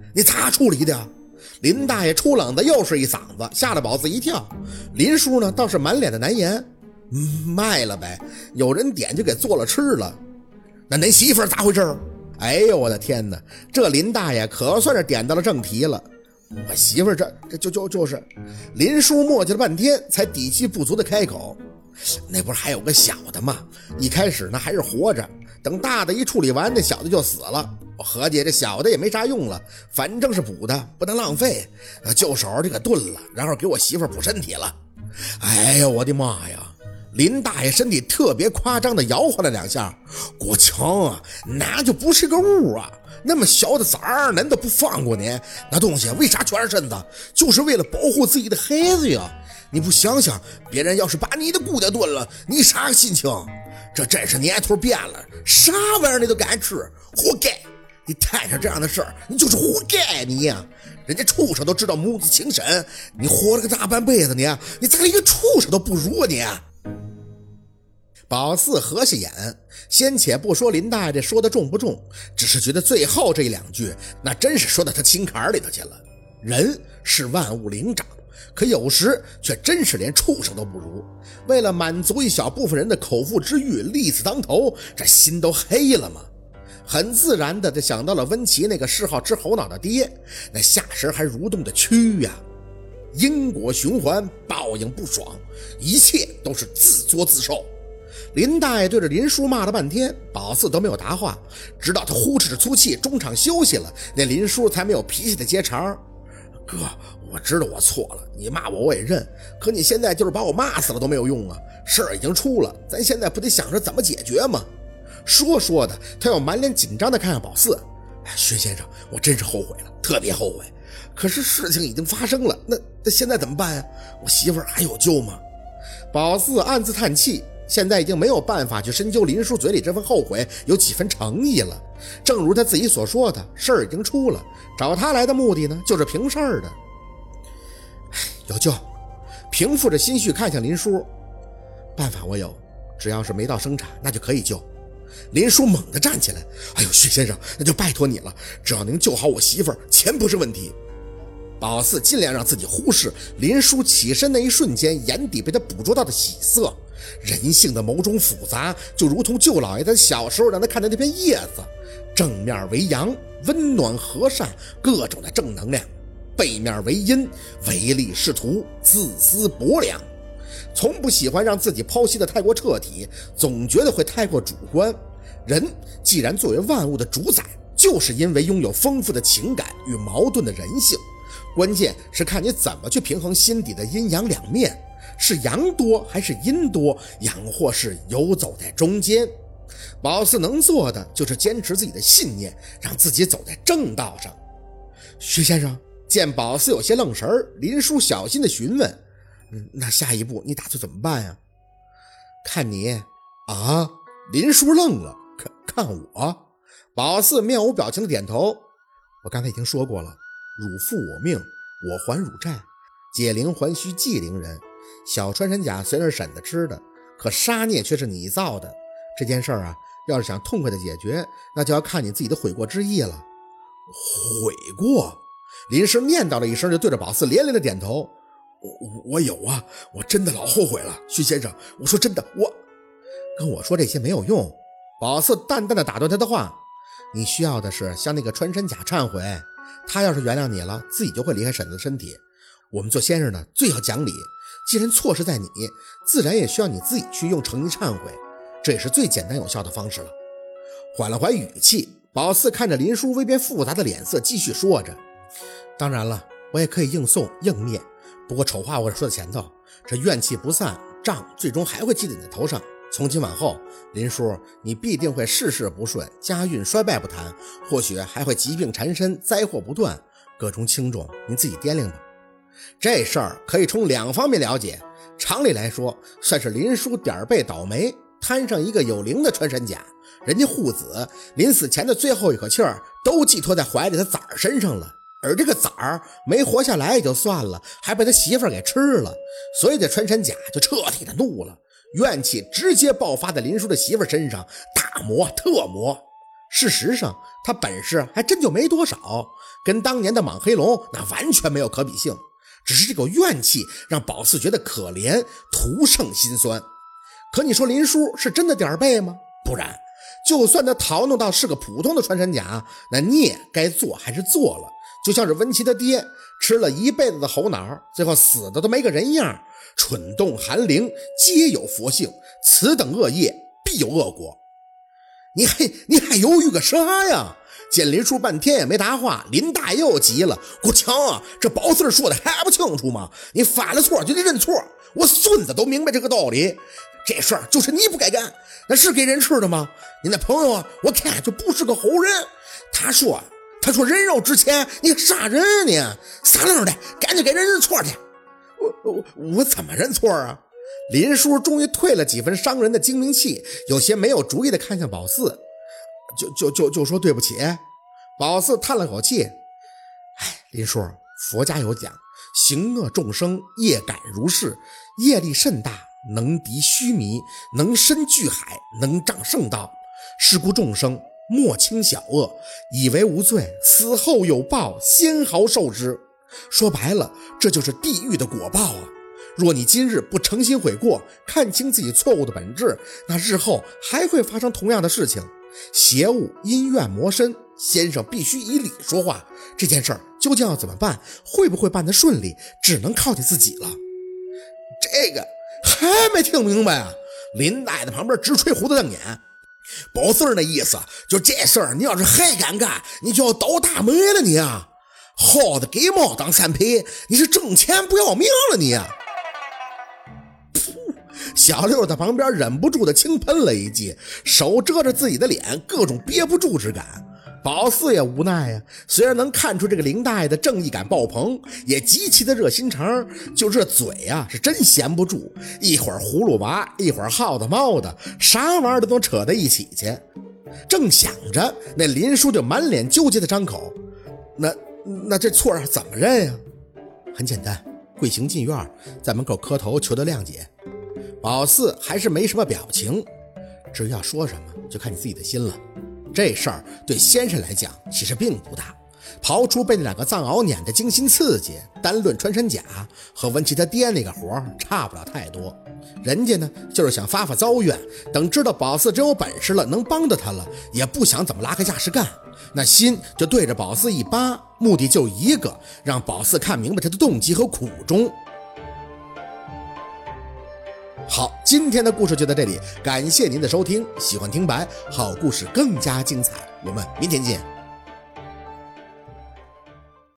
你咋处理的？林大爷出冷的又是一嗓子，吓得宝四一跳。林叔呢倒是满脸的难言，卖了呗，有人点就给做了吃了。那您媳妇儿咋回事？哎呦我的天哪，这林大爷可算是点到了正题了。我媳妇儿就是林叔磨叽了半天才底气不足的开口，那不是还有个小的吗？一开始呢还是活着，等大的一处理完，那小的就死了。我合计这小的也没啥用了，反正是补的，不能浪费，就手就给炖了，然后给我媳妇儿补身体了。哎呦我的妈呀，林大爷身体特别夸张的摇晃了两下。国强啊，那就不是个物啊，那么小的崽儿难道不放过你？那东西为啥全是身子？就是为了保护自己的孩子呀。你不想想，别人要是把你的姑娘炖了，你啥个心情？这真是年头变了，啥玩意儿你都敢吃，活该！你摊上这样的事儿，你就是活该你呀！人家畜生都知道母子情深，你活了个大半辈子你咋连一个畜生都不如你？宝四合下眼，先且不说林大爷这说的重不重，只是觉得最后这两句那真是说到他心坎里头去了。人是万物灵长，可有时却真是连畜生都不如。为了满足一小部分人的口腹之欲，利字当头，这心都黑了吗？很自然的就想到了温琪那个嗜好吃猴脑的爹，那下身还蠕动的蛆呀。因果循环，报应不爽，一切都是自作自受。林大爷对着林叔骂了半天，宝四都没有答话，直到他呼哧着粗气中场休息了，那林叔才没有脾气的接茬。哥，我知道我错了，你骂我也认，可你现在就是把我骂死了都没有用啊，事儿已经出了，咱现在不得想着怎么解决吗？说的他又满脸紧张的看向宝四。薛先生，我真是后悔了，特别后悔，可是事情已经发生了，那现在怎么办呀？我媳妇儿还有救吗？宝四暗自叹气，现在已经没有办法去深究林叔嘴里这份后悔有几分诚意了。正如他自己所说的，事儿已经出了，找他来的目的呢，就是平事儿的。有救。平复着心绪看向林叔，办法我有，只要是没到生产，那就可以救。林叔猛地站起来，哎呦，薛先生，那就拜托你了，只要您救好我媳妇儿，钱不是问题。宝四尽量让自己忽视林叔起身那一瞬间眼底被他捕捉到的喜色。人性的某种复杂，就如同舅老爷他小时候让他看的那片叶子，正面为阳，温暖和善，各种的正能量；背面为阴，唯利是图，自私薄凉。从不喜欢让自己剖析的太过彻底，总觉得会太过主观。人既然作为万物的主宰，就是因为拥有丰富的情感与矛盾的人性，关键是看你怎么去平衡心底的阴阳两面，是阳多还是阴多，阳或是游走在中间。宝四能做的就是坚持自己的信念，让自己走在正道上。薛先生见宝四有些愣神，林叔小心的询问，那下一步你打算怎么办呀？看你啊。林叔愣了，看我。宝四面无表情的点头，我刚才已经说过了，汝负我命，我还汝债，解铃还须系铃人。小穿山甲虽然是婶子吃的，可杀孽却是你造的，这件事啊，要是想痛快的解决，那就要看你自己的悔过之意了。悔过？林氏念叨了一声，就对着宝四连连的点头。我有啊，我真的老后悔了，徐先生，我说真的，我跟我说这些没有用。宝四淡淡的打断他的话，你需要的是向那个穿山甲忏悔，他要是原谅你了，自己就会离开婶子的身体。我们做先生的最要讲理，既然错是在你，自然也需要你自己去用诚意忏悔，这也是最简单有效的方式了。缓了缓语气，宝四看着林叔微变复杂的脸色，继续说着，当然了，我也可以硬送硬灭，不过丑话我是说在前头，这怨气不散，账最终还会记在你的头上。从今往后，林叔，你必定会事事不顺，家运衰败不谈，或许还会疾病缠身，灾祸不断，各中轻重您自己掂量吧。这事儿可以从两方面了解，常理来说，算是林叔点背倒霉，摊上一个有灵的穿山甲，人家护子临死前的最后一口气儿都寄托在怀里的崽儿身上了，而这个崽儿没活下来也就算了，还被他媳妇儿给吃了，所以这穿山甲就彻底的怒了，怨气直接爆发在林叔的媳妇儿身上，大磨特磨。 事实上他本事还真就没多少，跟当年的莽黑龙那完全没有可比性，只是这个怨气让宝四觉得可怜，徒生心酸。可你说林叔是真的点儿背吗？不然，就算他逃弄到是个普通的穿山甲，那孽该做还是做了，就像是温琪他爹吃了一辈子的猴脑，最后死的都没个人样。蠢动寒灵皆有佛性，此等恶业必有恶果。你还犹豫个啥呀？见林叔半天也没答话，林大爷又急了：国强啊，这宝四说的还不清楚吗？你犯了错就得认错，我孙子都明白这个道理。这事儿就是你不该干，那是给人吃的吗？你那朋友啊，我看就不是个好人。他说人肉值钱，你杀人啊你，撒愣的，赶紧给人认错去。我怎么认错啊？林叔终于退了几分伤人的精明气，有些没有主意的看向宝四，就说对不起。宝四叹了口气，林叔，佛家有讲，行恶众生业感如是，业力甚大，能敌须弥，能深巨海，能障圣道。是故众生莫轻小恶，以为无罪，死后有报，先毫受之。说白了，这就是地狱的果报啊！若你今日不诚心悔过，看清自己错误的本质，那日后还会发生同样的事情。邪物因怨磨身，先生必须以理说话。这件事儿究竟要怎么办，会不会办得顺利，只能靠你自己了。这个还没听明白啊？林大爷在旁边直吹胡子瞪眼。宝四儿那意思就这事儿，你要是还敢干，你就要倒大霉了你啊！耗子给猫当三陪，你是挣钱不要命了你啊！小六在旁边忍不住的轻喷了一记，手遮着自己的脸，各种憋不住之感。宝四也无奈呀，虽然能看出这个林大爷的正义感爆棚，也极其的热心肠，就这嘴啊是真闲不住，一会儿葫芦娃，一会儿耗子猫的，啥玩意儿都能扯在一起去。正想着，那林叔就满脸纠结的张口，那这错怎么认呀？很简单，跪行进院，在门口磕头求得谅解。宝四还是没什么表情，至于要说什么就看你自己的心了。这事儿对先生来讲其实并不大，刨出被那两个藏獒撵的精心刺激，单论穿山甲和文琪他爹那个活差不了太多。人家呢就是想发遭怨，等知道宝四真有本事了，能帮着他了，也不想怎么拉开架势干，那心就对着宝四一扒，目的就一个，让宝四看明白他的动机和苦衷。好，今天的故事就到这里，感谢您的收听，喜欢听白，好故事更加精彩，我们明天见。